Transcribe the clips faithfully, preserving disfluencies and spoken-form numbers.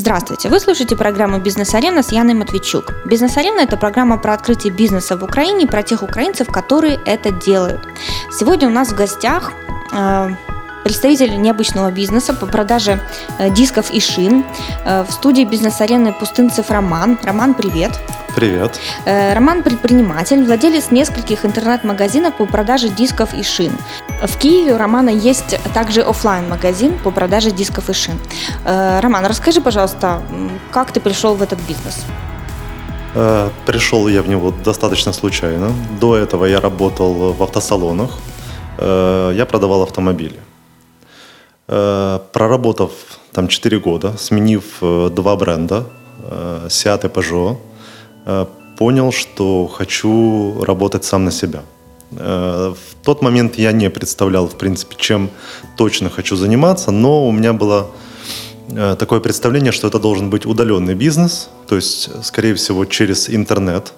Здравствуйте! Вы слушаете программу «Бизнес-арена» с Яной Матвейчук. «Бизнес-арена» – это программа про открытие бизнеса в Украине, про тех украинцев, которые это делают. Сегодня у нас в гостях э, представитель необычного бизнеса по продаже э, дисков и шин. Э, в студии «Бизнес-арены» Пустынцев Роман. Роман, привет! Привет. Роман – предприниматель, владелец нескольких интернет-магазинов по продаже дисков и шин. В Киеве у Романа есть также офлайн-магазин по продаже дисков и шин. Роман, расскажи, пожалуйста, как ты пришел в этот бизнес? Пришел я в него достаточно случайно. До этого я работал в автосалонах. Я продавал автомобили. Проработав там четыре года, сменив два бренда, Seat и Peugeot, понял, что хочу работать сам на себя. В тот момент я не представлял, в принципе, чем точно хочу заниматься, но у меня было такое представление, что это должен быть удаленный бизнес, то есть, скорее всего, через интернет.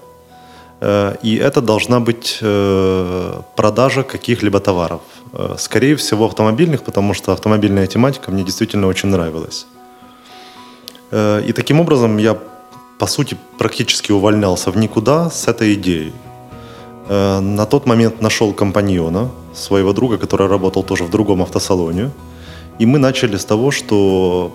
И это должна быть продажа каких-либо товаров. Скорее всего, автомобильных, потому что автомобильная тематика мне действительно очень нравилась. И таким образом я, по сути, практически увольнялся в никуда с этой идеей. На тот момент нашел компаньона, своего друга, который работал тоже в другом автосалоне. И мы начали с того, что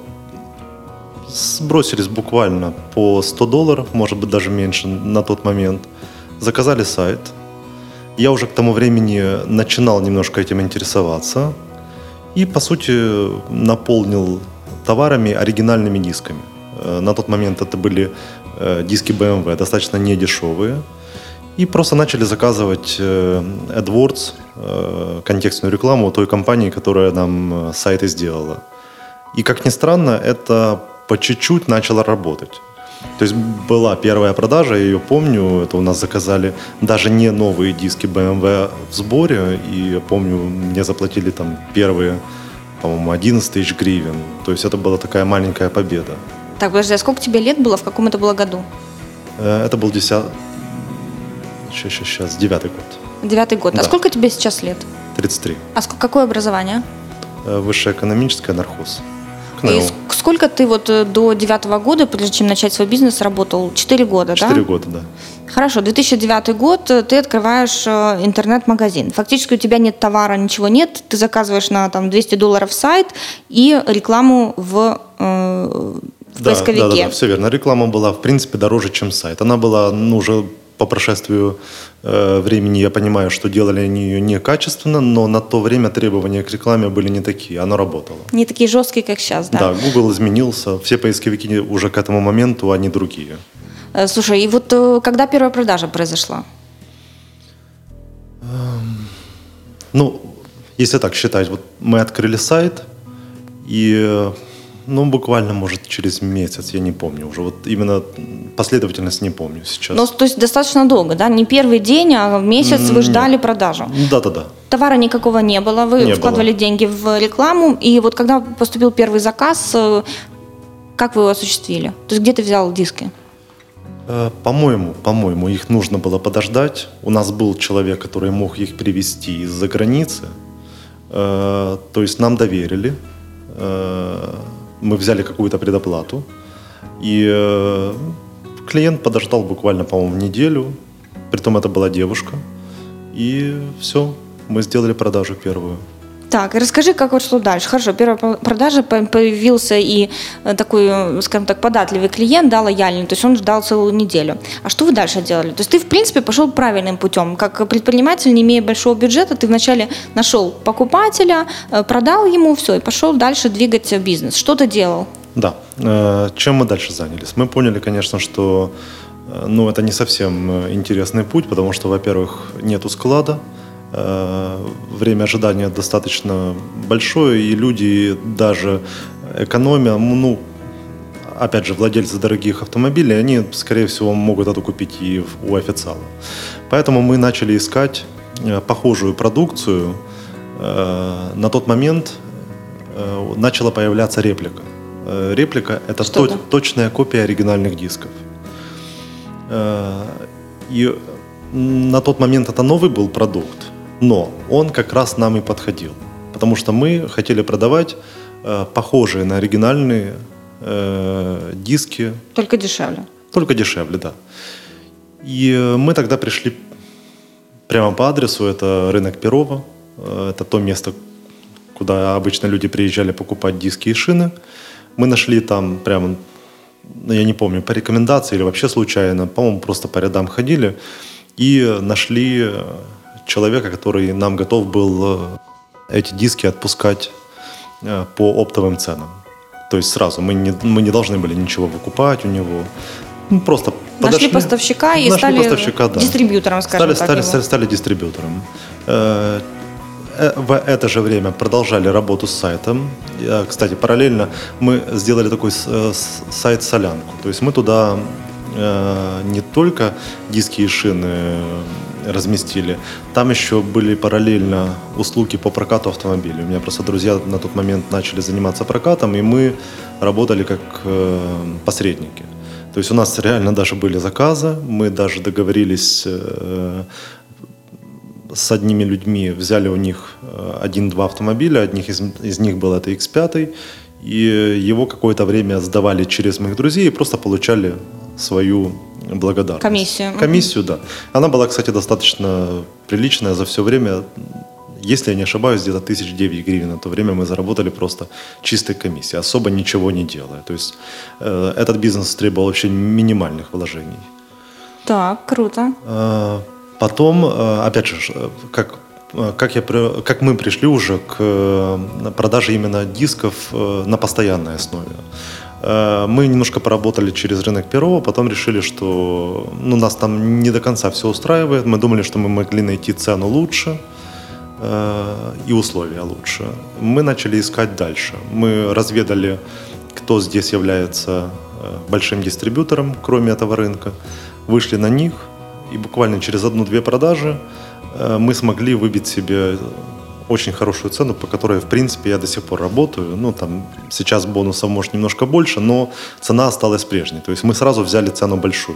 сбросились буквально по сто долларов, может быть, даже меньше на тот момент. Заказали сайт. Я уже к тому времени начинал немножко этим интересоваться. И, по сути, наполнил товарами оригинальными дисками. На тот момент это были диски бэ эм вэ, достаточно недешевые. И просто начали заказывать AdWords, контекстную рекламу у той компании, которая нам сайты сделала. И, как ни странно, это по чуть-чуть начало работать. То есть была первая продажа, я ее помню, это у нас заказали даже не новые диски бэ эм вэ в сборе. И я помню, мне заплатили там первые, по-моему, одиннадцать тысяч гривен. То есть это была такая маленькая победа. Так, подожди, а сколько тебе лет было, в каком это было году? Это был десятый... Сейчас, сейчас, сейчас, девятый год. Девятый год. Да. А сколько тебе сейчас лет? тридцать три. А ск- какое образование? Высшее экономическое, нархоз. И ск- сколько ты вот до девятого года, прежде чем начать свой бизнес, работал? Четыре года, да? Четыре года, да. Хорошо, две тысячи девятый год, ты открываешь интернет-магазин. Фактически у тебя нет товара, ничего нет. Ты заказываешь на там, двести долларов сайт и рекламу в, э, в да, поисковике. Да, да, да, все верно. Реклама была, в принципе, дороже, чем сайт. Она была, ну, уже по прошествию э, времени, я понимаю, что делали они ее некачественно, но на то время требования к рекламе были не такие, оно работало. Не такие жесткие, как сейчас, да? Да, Google изменился, все поисковики уже к этому моменту, они другие. Слушай, и вот когда первая продажа произошла? Ну, если так считать, вот мы открыли сайт, и, ну, буквально, может, через месяц, я не помню уже, вот именно последовательность не помню сейчас. Ну, то есть достаточно долго, да? Не первый день, а месяц вы ждали продажу? Да-да-да. Товара никакого не было, вы не вкладывали было. деньги в рекламу, и вот когда поступил первый заказ, как вы его осуществили? То есть где ты взял диски? По-моему, по-моему, их нужно было подождать. У нас был человек, который мог их привезти из-за границы. То есть нам доверили. Мы взяли какую-то предоплату. И клиент подождал буквально, по-моему, неделю. Притом это была девушка. И все, мы сделали продажу первую. Так, расскажи, как вот шло дальше. Хорошо, первая продажа, появился и такой, скажем так, податливый клиент, да, лояльный, то есть он ждал целую неделю. А что вы дальше делали? То есть ты, в принципе, пошел правильным путем. Как предприниматель, не имея большого бюджета, ты вначале нашел покупателя, продал ему, все, и пошел дальше двигать бизнес. Что ты делал? Да. Чем мы дальше занялись? Мы поняли, конечно, что, ну, это не совсем интересный путь, потому что, во-первых, нету склада. Время ожидания достаточно большое, и люди, даже экономя, ну, опять же, владельцы дорогих автомобилей, они, скорее всего, могут это купить и у официала. Поэтому мы начали искать похожую продукцию. На тот момент начала появляться реплика. Реплика – это то, точная копия оригинальных дисков. И на тот момент это новый был продукт. Но он как раз нам и подходил, потому что мы хотели продавать э, похожие на оригинальные э, диски. Только дешевле. Только дешевле, да. И мы тогда пришли прямо по адресу, это рынок Перова, это то место, куда обычно люди приезжали покупать диски и шины. Мы нашли там прямо, я не помню, по рекомендации или вообще случайно, по-моему, просто по рядам ходили и нашли человека, который нам готов был эти диски отпускать по оптовым ценам. То есть сразу, мы не, мы не должны были ничего выкупать у него. Ну, просто нашли подошли, поставщика и нашли стали поставщика, да. дистрибьютором, скажем стали, так. Стали, стали, стали дистрибьютором. В это же время продолжали работу с сайтом. Кстати, параллельно мы сделали такой сайт-солянку. То есть мы туда не только диски и шины разместили, там еще были параллельно услуги по прокату автомобилей. У меня просто друзья на тот момент начали заниматься прокатом, и мы работали как посредники. То есть у нас реально даже были заказы, мы даже договорились с одними людьми, взяли у них один-два автомобиля, одних из, из них был это икс пять, и его какое-то время сдавали через моих друзей и просто получали свою благодарность. Комиссию. Комиссию, да. Она была, кстати, достаточно приличная за все время. Если я не ошибаюсь, где-то тысяч девять гривен на то время мы заработали просто чистой комиссией, особо ничего не делая. То есть э, этот бизнес требовал вообще минимальных вложений. Так, круто. Э, потом, э, опять же, как, как, я, как мы пришли уже к продаже именно дисков э, на постоянной основе. Э, мы немножко поработали через рынок Перова, потом решили, что ну, нас там не до конца все устраивает. Мы думали, что мы могли найти цену лучше и условия лучше. Мы начали искать дальше. Мы разведали, кто здесь является большим дистрибьютором, кроме этого рынка. Вышли на них, и буквально через одну-две продажи мы смогли выбить себе очень хорошую цену, по которой, в принципе, я до сих пор работаю. Ну, там сейчас бонусов, может, немножко больше, но цена осталась прежней. То есть мы сразу взяли цену большую.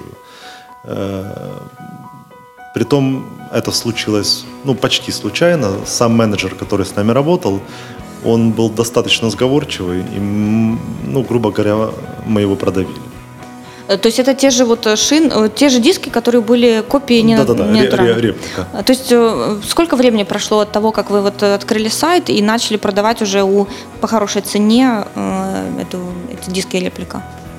Притом это случилось, ну, почти случайно. Сам менеджер, который с нами работал, он был достаточно сговорчивый, и, ну, грубо говоря, мы его продавили. То есть это те же вот шин, те же диски, которые были копии не Да-да-да, натуральные. реплика. То есть сколько времени прошло от того, как вы вот открыли сайт и начали продавать уже у, по хорошей цене эту, эти диски и реплика?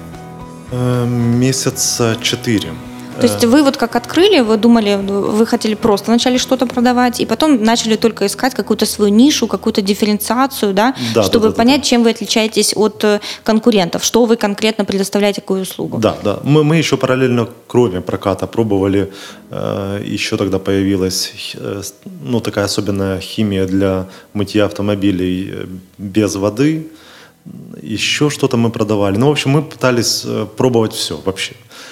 Месяца четыре. То есть вы вот как открыли, вы думали, вы хотели просто вначале что-то продавать, и потом начали только искать какую-то свою нишу, какую-то дифференциацию, да, да чтобы да, да, понять, да. чем вы отличаетесь от конкурентов, что вы конкретно предоставляете, какую услугу. Да, да. Мы, мы еще параллельно, кроме проката, пробовали, э, еще тогда появилась э, ну, такая особенная химия для мытья автомобилей без воды, еще что-то мы продавали. Ну, в общем, мы пытались э, пробовать все вообще.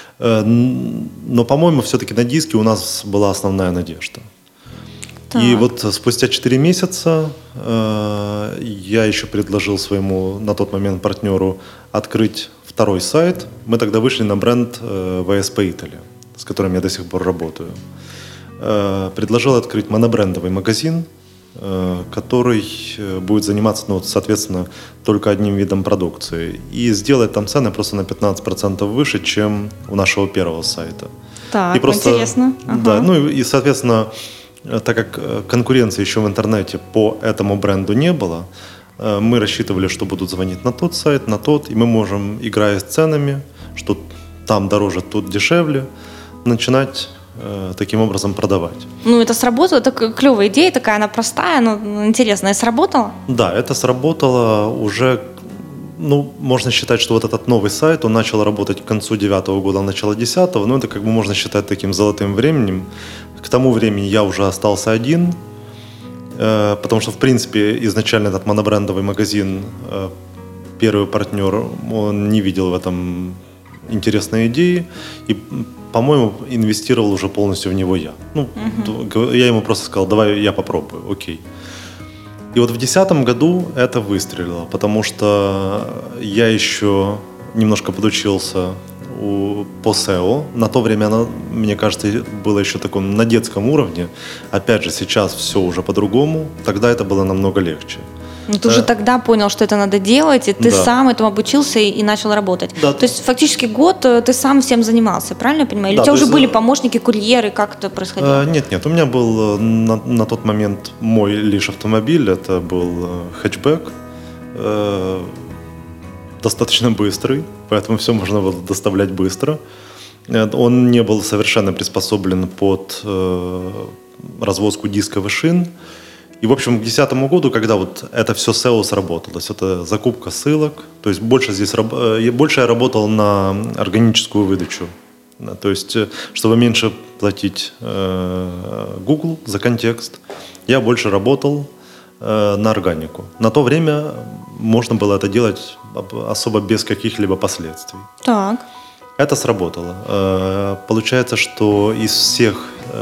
Но, по-моему, все-таки на диске у нас была основная надежда. Так. И вот спустя четыре месяца э, я еще предложил своему на тот момент партнеру открыть второй сайт. Мы тогда вышли на бренд э, ви эс пи Italy, с которым я до сих пор работаю. Э, предложил открыть монобрендовый магазин, э, который будет заниматься, ну, соответственно, только одним видом продукции. И сделать там цены просто на пятнадцать процентов выше, чем у нашего первого сайта. Так, и просто, интересно. Ага. Да, ну и, и, соответственно, так как конкуренции еще в интернете по этому бренду не было, мы рассчитывали, что будут звонить на тот сайт, на тот, и мы можем, играя с ценами, что там дороже, тут дешевле, начинать таким образом продавать. Ну, это сработало, это клевая идея такая, она простая, но интересная. Сработала? Да, это сработало уже, ну, можно считать, что вот этот новый сайт, он начал работать к концу девятого года, начало десятого, но это как бы можно считать таким золотым временем. К тому времени я уже остался один, э, потому что, в принципе, изначально этот монобрендовый магазин, э, первый партнер, он не видел в этом интересной идеи, и, по-моему, инвестировал уже полностью в него я. Ну, uh-huh. Я ему просто сказал, давай я попробую, окей. И вот в две тысячи десятом году это выстрелило, потому что я еще немножко подучился у, по сео. На то время оно, мне кажется, было еще таком на детском уровне. Опять же, сейчас все уже по-другому. Тогда это было намного легче. Ну, ты уже тогда понял, что это надо делать, и ты да. сам этому обучился и, и начал работать. Да. То есть фактически год ты сам всем занимался, правильно я понимаю? Или да, у тебя уже есть, были помощники, курьеры, как это происходило? А, нет, нет, у меня был на, на тот момент мой лишь автомобиль, это был хэтчбэк, э, достаточно быстрый, поэтому все можно было доставлять быстро. Он не был совершенно приспособлен под э, развозку дисков и шин. И, в общем, к две тысячи десятому году, когда вот это все сео сработалось, это закупка ссылок, то есть больше здесь больше я работал на органическую выдачу. То есть, чтобы меньше платить Google за контекст, я больше работал на органику. На то время можно было это делать особо без каких-либо последствий. Так. Это сработало. Получается, что из всех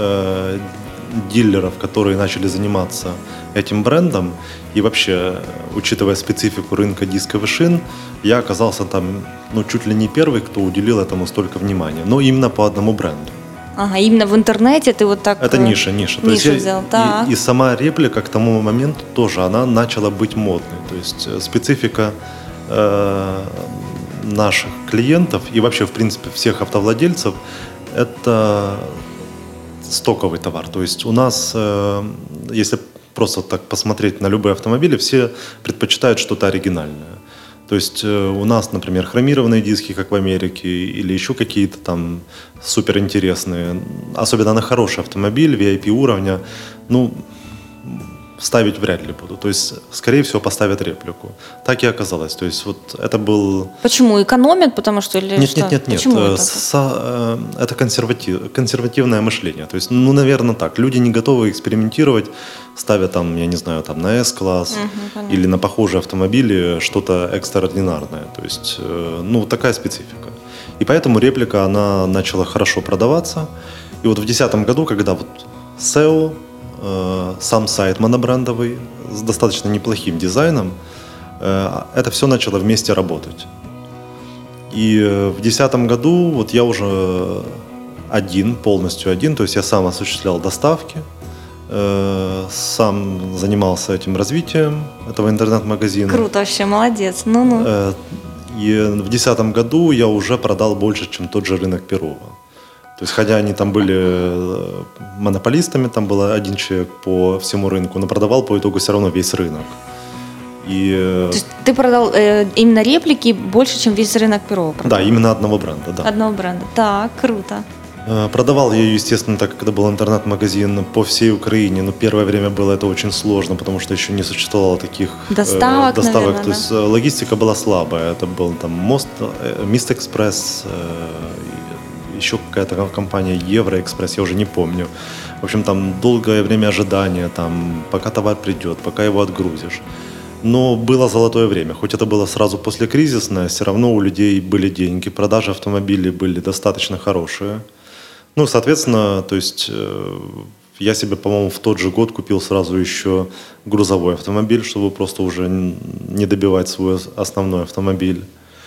дилеров, которые начали заниматься этим брендом, и вообще, учитывая специфику рынка дисков и шин, я оказался там, ну, чуть ли не первый, кто уделил этому столько внимания, но именно по одному бренду. Ага, именно в интернете ты вот так... Это ниша, ниша. Нишу То есть взял, и, так. И, и сама реплика к тому моменту тоже, она начала быть модной. То есть специфика э, наших клиентов и вообще, в принципе, всех автовладельцев – это стоковый товар. То есть у нас, э, если просто так посмотреть на любые автомобили, все предпочитают что-то оригинальное. То есть э, у нас, например, хромированные диски, как в Америке, или еще какие-то там суперинтересные, особенно на хороший автомобиль ви ай пи уровня, ну, ставить вряд ли буду. То есть, скорее всего, поставят реплику. Так и оказалось. То есть, вот это был... Почему? Экономят, потому что или нет, что? Нет, нет, нет. Почему это? Со, это консерватив, консервативное мышление. То есть, ну, наверное, так. Люди не готовы экспериментировать, ставя там, я не знаю, там на S-класс угу, или на похожие автомобили что-то экстраординарное. То есть, ну, такая специфика. И поэтому реплика, она начала хорошо продаваться. И вот в две тысячи десятом году, когда вот сео, сам сайт монобрендовый с достаточно неплохим дизайном, это все начало вместе работать. И в две тысячи десятом году вот я уже один, полностью один, то есть я сам осуществлял доставки, сам занимался этим развитием этого интернет-магазина. Круто вообще, молодец. Ну-ну. И в две тысячи десятом году я уже продал больше, чем тот же рынок Перова. То есть, хотя они там были монополистами, там был один человек по всему рынку, но продавал по итогу все равно весь рынок. И... То есть ты продал э, именно реплики больше, чем весь рынок Перова продал? Да, именно одного бренда, да. Одного бренда. Так, круто. Продавал я ее, естественно, так как это был интернет-магазин по всей Украине, но первое время было это очень сложно, потому что еще не существовало таких доставок, э, доставок. Наверное, то есть да? логистика была слабая. Это был там Мост, Мист Экспресс, э, еще какая-то компания Евроэкспресс, я уже не помню. В общем, там долгое время ожидания, там, пока товар придет, пока его отгрузишь. Но было золотое время. Хоть это было сразу после кризисное, все равно у людей были деньги, продажи автомобилей были достаточно хорошие. Ну, соответственно, то есть э, я себе, по-моему, в тот же год купил сразу еще грузовой автомобиль, чтобы просто уже не добивать свой основной автомобиль.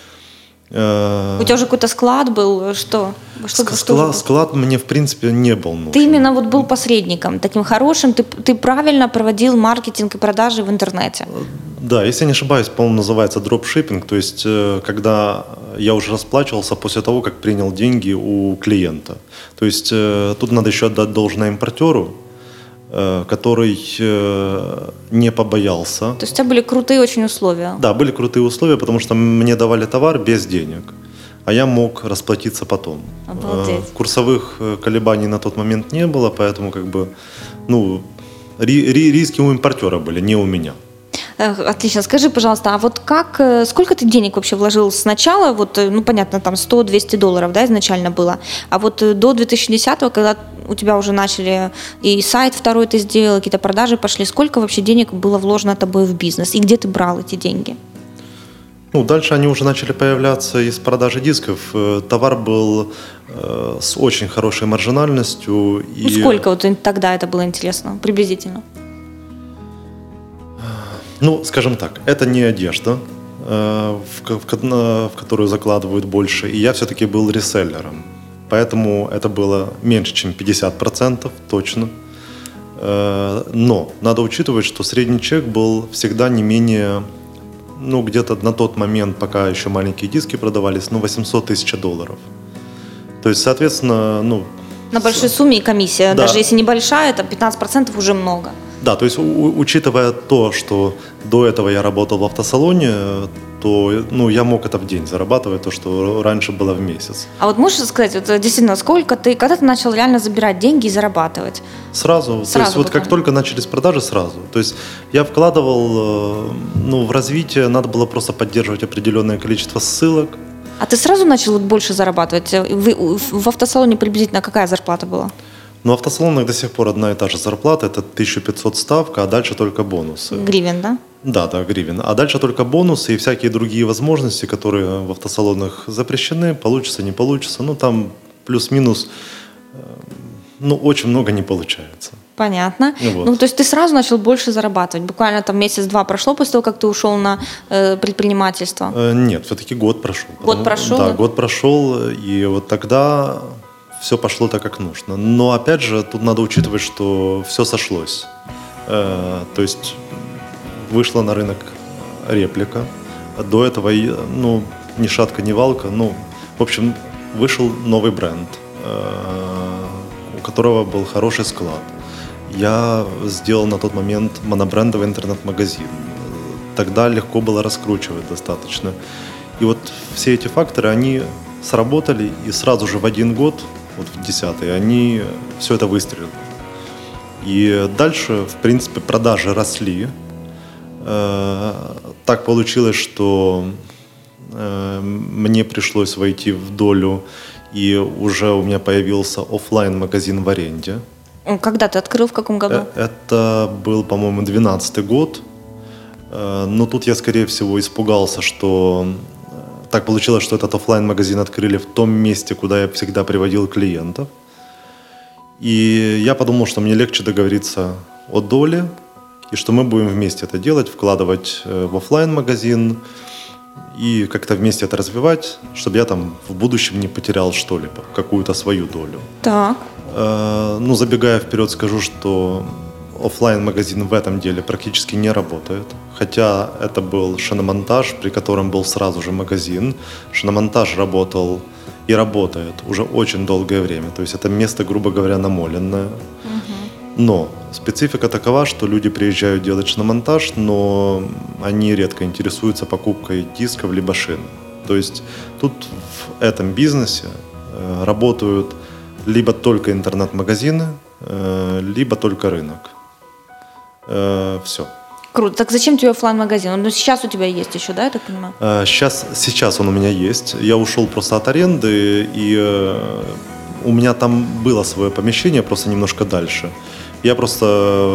У тебя уже какой-то склад был? Что? что, Ск- что склад, склад мне, в принципе, не был нужен. Ты именно вот был посредником, таким хорошим, ты, ты правильно проводил маркетинг и продажи в интернете. Да, если я не ошибаюсь, по-моему, называется дропшиппинг, то есть когда я уже расплачивался после того, как принял деньги у клиента. То есть тут надо еще отдать должное импортеру, который не побоялся. То есть у тебя были крутые очень условия. Да, были крутые условия, потому что мне давали товар без денег, а я мог расплатиться потом. Обалдеть. Курсовых колебаний на тот момент не было, поэтому как бы, ну, риски у импортера были, не у меня. Отлично. Скажи, пожалуйста, а вот как, сколько ты денег вообще вложил сначала? Вот, ну, понятно, там сто-двести долларов, да, изначально было. А вот до две тысячи десятого, когда у тебя уже начали и сайт второй ты сделал, какие-то продажи пошли, сколько вообще денег было вложено тобой в бизнес? И где ты брал эти деньги? Ну, дальше они уже начали появляться из продажи дисков. Товар был э, с очень хорошей маржинальностью. Ну, и... сколько вот тогда это было интересно, приблизительно? Ну, скажем так, это не одежда, э, в, в, в которую закладывают больше, и я все-таки был реселлером, поэтому это было меньше, чем пятьдесят процентов точно. Но надо учитывать, что средний чек был всегда не менее, ну, где-то на тот момент, пока еще маленькие диски продавались, ну, восемьсот тысяч долларов. То есть, соответственно, ну... На большой сумме и комиссия. Да. Даже если небольшая, там пятнадцать процентов уже много. Да, то есть, у, учитывая то, что до этого я работал в автосалоне, то, ну, я мог это в день зарабатывать, то, что раньше было в месяц. А вот можешь сказать, вот, действительно, сколько ты, когда ты начал реально забирать деньги и зарабатывать? Сразу. Сразу то есть, вот буквально. как только начались продажи, сразу. То есть, я вкладывал, ну, в развитие, надо было просто поддерживать определенное количество ссылок. А ты сразу начал вот больше зарабатывать? Вы, в автосалоне приблизительно какая зарплата была? Ну, в автосалонах до сих пор одна и та же зарплата, это тысяча пятьсот ставка, а дальше только бонусы. Гривен, да? Да, да, гривен. А дальше только бонусы и всякие другие возможности, которые в автосалонах запрещены, получится, не получится. Ну, там плюс-минус, ну, очень много не получается. Понятно. Вот. Ну, то есть ты сразу начал больше зарабатывать? Буквально там месяц-два прошло после того, как ты ушел на э, предпринимательство? Э, нет, все-таки год прошел. Год прошел? Да, да? год прошел, и вот тогда все пошло так, как нужно. Но, опять же, тут надо учитывать, что все сошлось. Э, то есть вышла на рынок реплика. До этого, ну, ни шатка, ни валка. Ну, в общем, вышел новый бренд, у которого был хороший склад. Я сделал на тот момент монобрендовый интернет-магазин. Тогда легко было раскручивать достаточно. И вот все эти факторы, они сработали, и сразу же в один год, вот в десятый, они все это выстрелили. И дальше, в принципе, продажи росли. Так получилось, что мне пришлось войти в долю, и уже у меня появился офлайн-магазин в аренде. Когда ты открыл, в каком году? Это был, по-моему, двенадцатый год. Но тут я, скорее всего, испугался, что так получилось, что этот офлайн-магазин открыли в том месте, куда я всегда приводил клиентов. И я подумал, что мне легче договориться о доле, и что мы будем вместе это делать, вкладывать в офлайн-магазин и как-то вместе это развивать, чтобы я там в будущем не потерял что-либо, какую-то свою долю. Так. Ну, забегая вперед, скажу, что офлайн-магазин в этом деле практически не работает. Хотя это был шиномонтаж, при котором был сразу же магазин. Шиномонтаж работал и работает уже очень долгое время. То есть это место, грубо говоря, намоленное. Угу. Но специфика такова, что люди приезжают делать шиномонтаж, но они редко интересуются покупкой дисков либо шин. То есть тут в этом бизнесе работают либо только интернет-магазины, либо только рынок. Все. Круто. Так зачем тебе офлайн-магазин? Ну, сейчас у тебя есть еще, да, я так понимаю? Сейчас, сейчас он у меня есть. Я ушел просто от аренды, и у меня там было свое помещение, просто немножко дальше. Я просто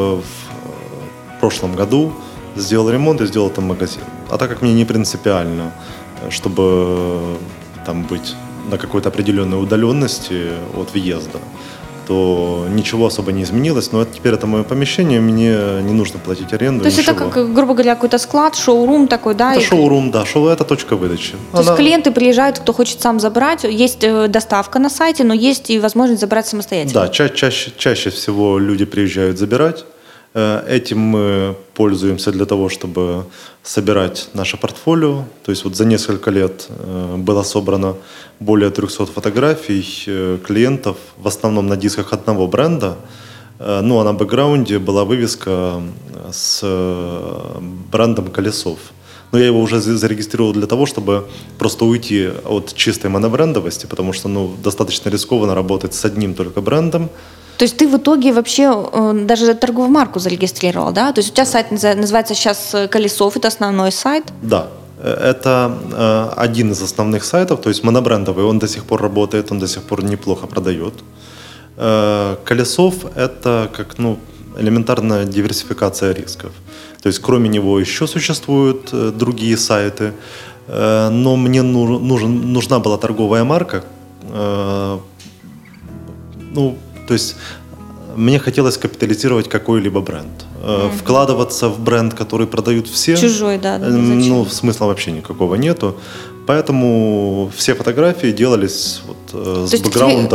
в прошлом году сделал ремонт и сделал там магазин. А так как мне не принципиально, чтобы там быть на какой-то определенной удаленности от въезда, то ничего особо не изменилось. Но теперь это мое помещение, мне не нужно платить аренду. То есть ничего. Это как, грубо говоря, какой-то склад, шоурум такой, да? Это и... шоурум, да. Шоу – это точка выдачи. То Она... есть клиенты приезжают, кто хочет сам забрать. Есть доставка на сайте, но есть и возможность забрать самостоятельно. Да, ча- чаще, чаще всего люди приезжают забирать. Этим мы пользуемся для того, чтобы собирать наше портфолио. То есть вот за несколько лет было собрано более трехсот фотографий клиентов, в основном на дисках одного бренда. Ну а на бэкграунде была вывеска с брендом колесов. Но я его уже зарегистрировал для того, чтобы просто уйти от чистой монобрендовости, потому что ну, достаточно рискованно работать с одним только брендом. То есть ты в итоге вообще э, даже торговую марку зарегистрировал, да? То есть у тебя сайт называется сейчас «Колесов», это основной сайт? Да, это э, один из основных сайтов, то есть монобрендовый, он до сих пор работает, он до сих пор неплохо продает. Э, «Колесов» — это как ну, элементарная диверсификация рисков. То есть кроме него еще существуют э, другие сайты, э, но мне ну, нужен, нужна была торговая марка, э, ну, то есть мне хотелось капитализировать какой-либо бренд. Mm-hmm. Вкладываться в бренд, который продают все, чужой, да, да, ну, смысла вообще никакого нету. Поэтому все фотографии делались вот, с То бэкграундом. К тебе, к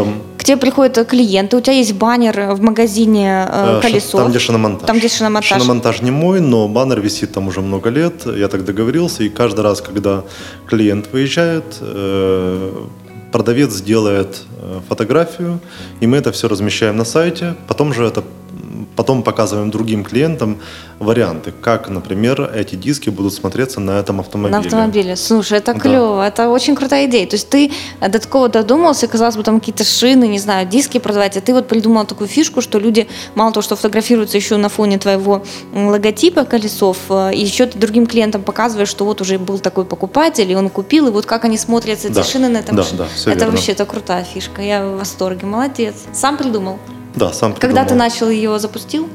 к тебе приходят клиенты, у тебя есть баннер в магазине э, колесо. Там, где шиномонтаж. Там, где шиномонтаж. Шиномонтаж не мой, но баннер висит там уже много лет. Я так договорился, и каждый раз, когда клиент выезжает, э, продавец делает фотографию, и мы это все размещаем на сайте. Потом же это Потом показываем другим клиентам варианты, как, например, эти диски будут смотреться на этом автомобиле. На автомобиле. Слушай, это клево, да. Это очень крутая идея. То есть ты до такого додумался, казалось бы, там какие-то шины, не знаю, диски продавать, а ты вот придумал такую фишку, что люди мало того, что фотографируются еще на фоне твоего логотипа колесов, и еще ты другим клиентам показываешь, что вот уже был такой покупатель, и он купил, и вот как они смотрятся, эти да. шины на этом. Да, да, все это верно. Вообще это крутая фишка. Я в восторге. Молодец. Сам придумал? Да, сам придумал. Когда ты начал ее запустил?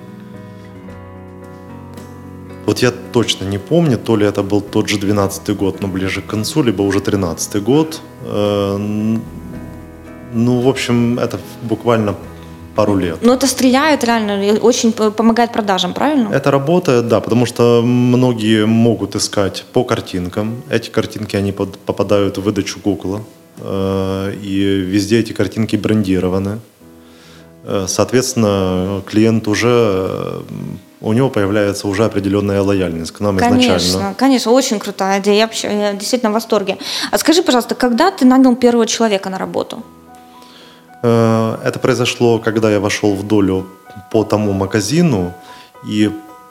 Вот я точно не помню, то ли это был тот же двенадцатый год, но ближе к концу, либо уже тринадцатый год. Ну, в общем, это буквально пару лет. Но это стреляет реально, очень помогает продажам, правильно? Это работает, да, потому что многие могут искать по картинкам. Эти картинки, они попадают в выдачу Google, и везде эти картинки брендированы. Соответственно, клиент уже, у него появляется уже определенная лояльность к нам конечно, изначально. Конечно, конечно, очень крутая идея, я, вообще, я действительно в восторге. А скажи, пожалуйста, когда ты нанял первого человека на работу? Это произошло, когда я вошел в долю по тому магазину, и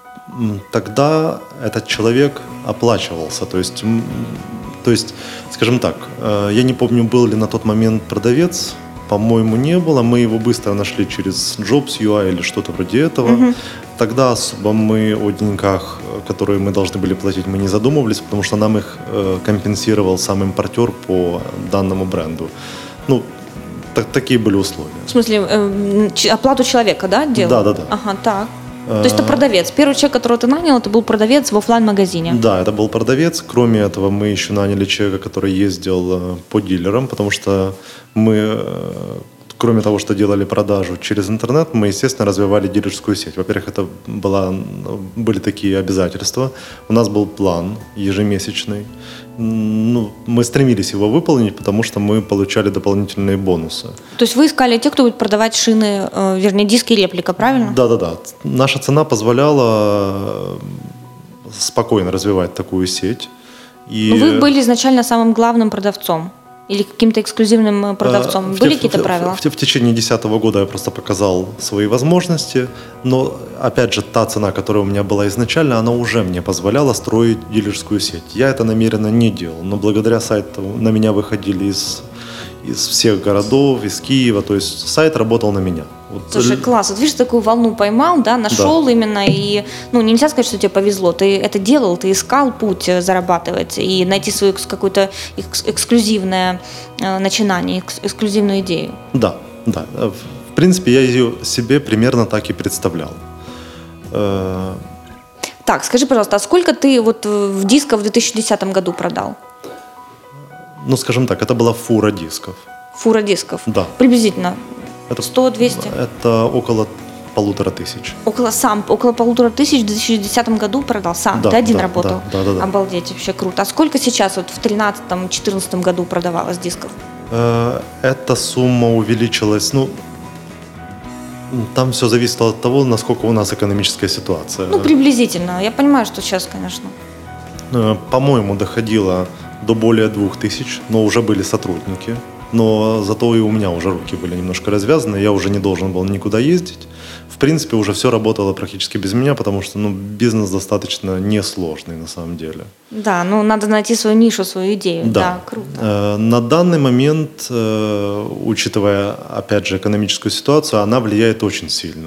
тогда этот человек оплачивался. То есть, то есть, скажем так, я не помню, был ли на тот момент продавец. По-моему, не было. Мы его быстро нашли через Jobs точка ю ай или что-то вроде этого. Uh-huh. Тогда особо мы о деньгах, которые мы должны были платить, мы не задумывались, потому что нам их э, компенсировал сам импортер по данному бренду. Ну, так, такие были условия. В смысле, э, оплату человека, да, делал? Да, да, да. Ага, так. То есть это продавец. Первый человек, которого ты нанял, это был продавец в офлайн-магазине. Да, это был продавец. Кроме этого, мы еще наняли человека, который ездил по дилерам, потому что мы, кроме того, что делали продажу через интернет, мы, естественно, развивали дилерскую сеть. Во-первых, это была, были такие обязательства. У нас был план ежемесячный. Ну, мы стремились его выполнить, потому что мы получали дополнительные бонусы. То есть вы искали тех, кто будет продавать шины, э, вернее, диски реплика, правильно? Да-да-да. Наша цена позволяла спокойно развивать такую сеть. И... Вы были изначально самым главным продавцом? Или каким-то эксклюзивным продавцом? В Были те, какие-то в, правила? В, в, в течение две тысячи десятого года я просто показал свои возможности, но, опять же, та цена, которая у меня была изначально, она уже мне позволяла строить дилерскую сеть. Я это намеренно не делал, но благодаря сайту на меня выходили из, из всех городов, из Киева, то есть сайт работал на меня. Вот. Слушай, класс. Вот видишь, такую волну поймал, да, нашел да. именно, и, ну, нельзя сказать, что тебе повезло. Ты это делал, ты искал путь зарабатывать и найти свое какое-то эксклюзивное э, начинание, экс- эксклюзивную идею. Да, да. В принципе, я ее себе примерно так и представлял. Э- так, скажи, пожалуйста, а сколько ты вот в дисков в две тысячи десятом году продал? Ну, скажем так, это была фура дисков. Фура дисков? Да. Приблизительно? Это, сто-двести? Это около полутора тысяч. Около сам, около полутора тысяч в две тысячи десятом году продал сам, да, ты один да, работал? Да, да, да. Обалдеть, вообще круто. А сколько сейчас вот в тринадцатом-четырнадцатом году продавалось дисков? Эта сумма увеличилась, ну, там все зависит от того, насколько у нас экономическая ситуация. Ну, приблизительно. Я понимаю, что сейчас, конечно. По-моему, доходило до более двух тысяч, но уже были сотрудники. Но зато и у меня уже руки были немножко развязаны, я уже не должен был никуда ездить. В принципе, уже все работало практически без меня, потому что ну, бизнес достаточно несложный на самом деле. Да, ну надо найти свою нишу, свою идею. Да, да круто. На данный момент, учитывая, опять же, экономическую ситуацию, она влияет очень сильно.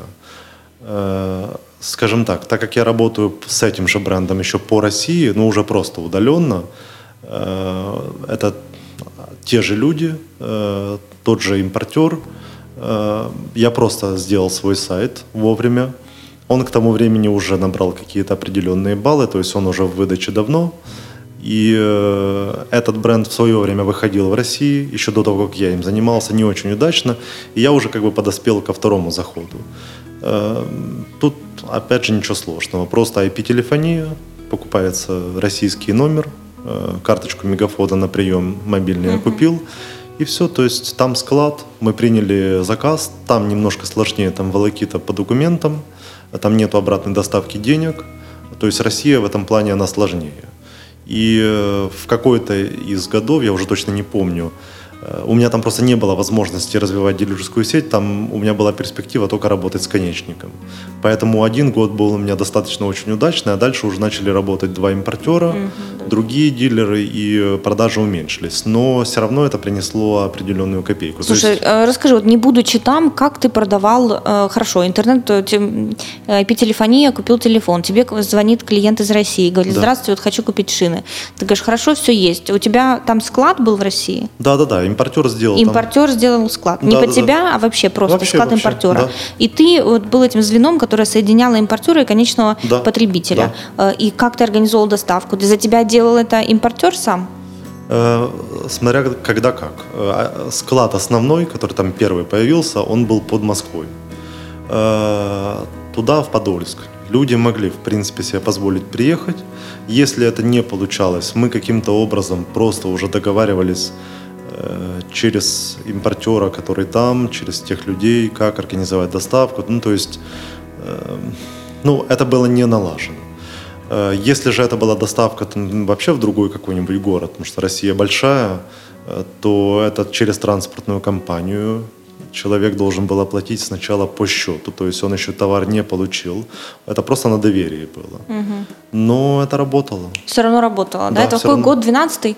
Скажем так, так как я работаю с этим же брендом еще по России, ну уже просто удаленно, это те же люди, э, тот же импортер. Э, я просто сделал свой сайт вовремя. Он к тому времени уже набрал какие-то определенные баллы, то есть он уже в выдаче давно. И э, этот бренд в свое время выходил в России, еще до того, как я им занимался, не очень удачно. И я уже как бы подоспел ко второму заходу. Э, тут, опять же, ничего сложного. Просто ай пи-телефония, покупается российский номер, карточку мегафона на прием мобильный uh-huh. я купил, И все, то есть там склад, мы приняли заказ, там немножко сложнее, там волокита по документам, там нету обратной доставки денег, то есть Россия в этом плане, она сложнее. И в какой-то из годов, я уже точно не помню, у меня там просто не было возможности развивать дилерскую сеть, там у меня была перспектива только работать с конечником. Поэтому один год был у меня достаточно очень удачный, а дальше уже начали работать два импортера, mm-hmm. другие дилеры, и продажи уменьшились. Но все равно это принесло определенную копейку. Слушай, есть... расскажи, вот не будучи там, как ты продавал, хорошо, интернет, ай пи-телефония, купил телефон, тебе звонит клиент из России, говорит, да. Здравствуйте, вот хочу купить шины. Ты говоришь, хорошо, все есть. У тебя там склад был в России? Да-да-да. Импортер сделал. Импортер там. сделал склад. Не да, под да, тебя, да. а вообще просто вообще, склад вообще, импортера. Да. И ты вот был этим звеном, которое соединяло импортера и конечного да. потребителя. Да. И как ты организовал доставку? За тебя делал это импортер сам? Э, смотря когда как. Склад основной, который там первый появился, он был под Москвой. Э, туда, в Подольск, люди могли, в принципе, себе позволить приехать. Если это не получалось, мы каким-то образом просто уже договаривались через импортера, который там, через тех людей, как организовать доставку. Ну, то есть, э, ну, это было не налажено. Э, если же это была доставка то, вообще в другой какой-нибудь город, потому что Россия большая, э, то это через транспортную компанию человек должен был оплатить сначала по счету, то есть он еще товар не получил. Это просто на доверии было. Угу. Но это работало. Все равно работало, да? да? Это какой равно... год, двенадцатый?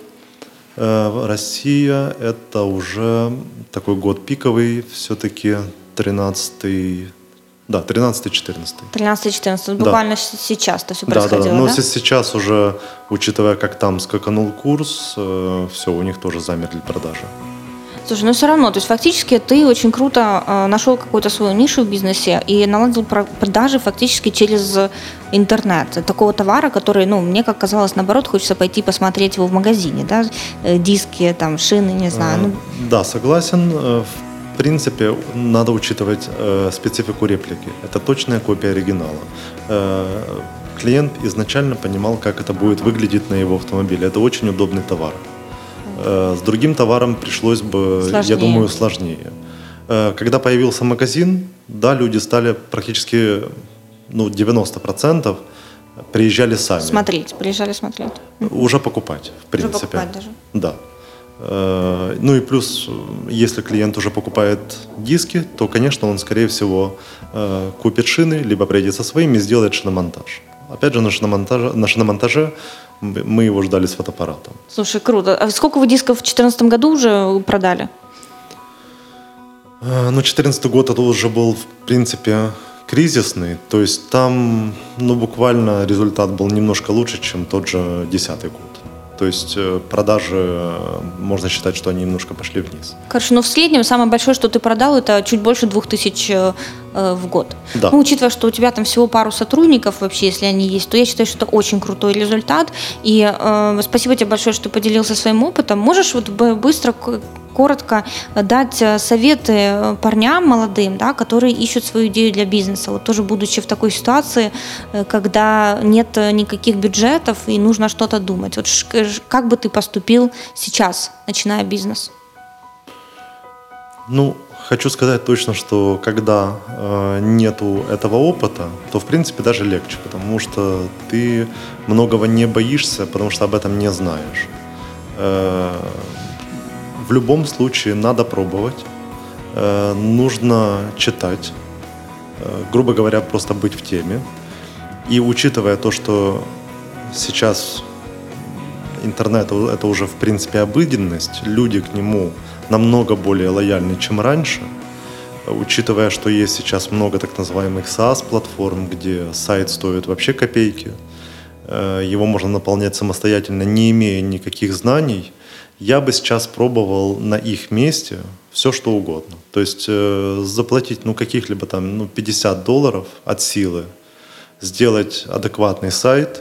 Россия – это уже такой год пиковый, все-таки тринадцатый, да, тринадцатый-четырнадцатый. тринадцатый-четырнадцатый, буквально да. сейчас-то все происходило, да? Да, да, но да? сейчас уже, учитывая, как там скаканул курс, все, у них тоже замерли продажи. Слушай, ну все равно, то есть фактически ты очень круто э, нашел какую-то свою нишу в бизнесе и наладил продажи фактически через интернет такого товара, который, ну, мне как казалось, наоборот, хочется пойти посмотреть его в магазине, да, диски, там, шины, не знаю. Ну. Да, согласен. В принципе, надо учитывать э, специфику реплики. Это точная копия оригинала. Э, клиент изначально понимал, как это будет выглядеть на его автомобиле. Это очень удобный товар. С другим товаром пришлось бы, сложнее. я думаю, сложнее. Когда появился магазин, да, люди стали практически, ну, девяносто процентов приезжали сами. Смотреть, приезжали смотреть. Уже покупать, в принципе. Уже покупать даже. Да. Ну и плюс, если клиент уже покупает диски, то, конечно, он, скорее всего, купит шины, либо приедет со своими и сделает шиномонтаж. Опять же, на шиномонтаже, на шиномонтаже мы его ждали с фотоаппаратом. Слушай, круто. А сколько вы дисков в две тысячи четырнадцатом году уже продали? Ну, две тысячи четырнадцатый год это уже был, в принципе, кризисный. То есть там, ну, буквально результат был немножко лучше, чем тот же две тысячи десятый год. То есть продажи, можно считать, что они немножко пошли вниз. Хорошо, но в среднем самое большое, что ты продал, это чуть больше двух тысяч э, в год. Да. Ну, учитывая, что у тебя там всего пару сотрудников вообще, если они есть, то я считаю, что это очень крутой результат. И э, спасибо тебе большое, что поделился своим опытом. Можешь вот быстро, коротко дать советы парням молодым, да, которые ищут свою идею для бизнеса, вот тоже будучи в такой ситуации, когда нет никаких бюджетов и нужно что-то думать. Вот как бы ты поступил сейчас, начиная бизнес? Ну, хочу сказать точно, что когда э, нету этого опыта, то, в принципе, даже легче, потому что ты многого не боишься, потому что об этом не знаешь. Э, в любом случае надо пробовать, э, нужно читать, э, грубо говоря, просто быть в теме. И учитывая то, что сейчас интернет – это уже, в принципе, обыденность, люди к нему намного более лояльны, чем раньше, учитывая, что есть сейчас много так называемых SaaS-платформ, где сайт стоит вообще копейки, его можно наполнять самостоятельно, не имея никаких знаний, я бы сейчас пробовал на их месте все, что угодно. То есть заплатить, ну, каких-либо там, ну, пятьдесят долларов от силы, сделать адекватный сайт.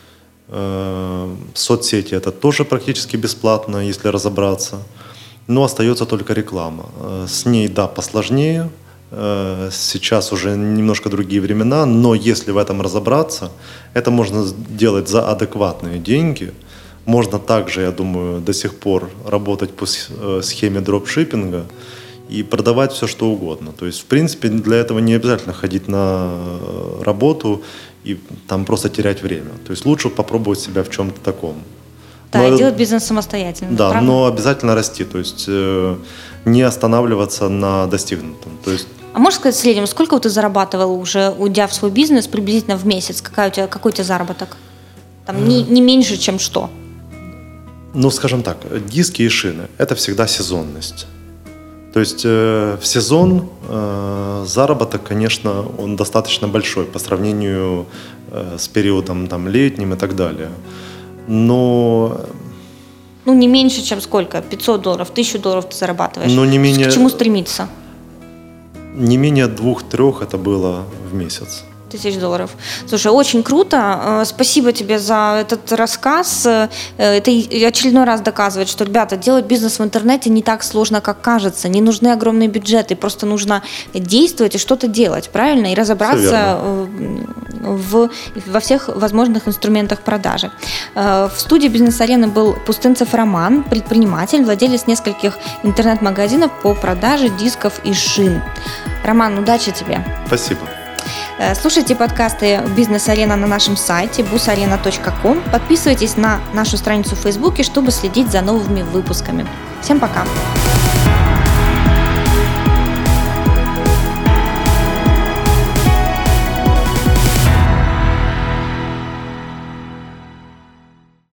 Соцсети это тоже практически бесплатно, если разобраться. Но остается только реклама. С ней, да, посложнее. Сейчас уже немножко другие времена, но если в этом разобраться, это можно делать за адекватные деньги. Можно также, я думаю, до сих пор работать по схеме дропшиппинга и продавать все, что угодно. То есть, в принципе, для этого не обязательно ходить на работу и там просто терять время. То есть лучше попробовать себя в чем-то таком. Да, но, и делать бизнес самостоятельно. Да, правда? но обязательно расти, то есть э, не останавливаться на достигнутом. То есть, а можешь сказать в среднем, сколько ты зарабатывал уже, уйдя в свой бизнес, приблизительно в месяц? Какая у тебя, какой у тебя заработок? Там не, не меньше, чем что? Ну, скажем так, диски и шины – это всегда сезонность. То есть э, в сезон э, заработок, конечно, он достаточно большой по сравнению э, с периодом там, летним и так далее. Но... Ну, не меньше, чем сколько? пятьсот долларов, тысячу долларов ты зарабатываешь? Но не менее... К чему стремиться? Не менее двух-трех это было в месяц. Тысяч долларов. Слушай, очень круто. Спасибо тебе за этот рассказ. Это очередной раз доказывает, что, ребята, делать бизнес в интернете не так сложно, как кажется. Не нужны огромные бюджеты, просто нужно действовать и что-то делать, правильно? И разобраться в, во всех возможных инструментах продажи. В студии «Бизнес-арены» был Пустынцев Роман, предприниматель, владелец нескольких интернет-магазинов по продаже дисков и шин. Роман, удачи тебе. Спасибо. Слушайте подкасты «Бизнес-арена» на нашем сайте бус арена точка ком. Подписывайтесь на нашу страницу в Фейсбуке, чтобы следить за новыми выпусками. Всем пока!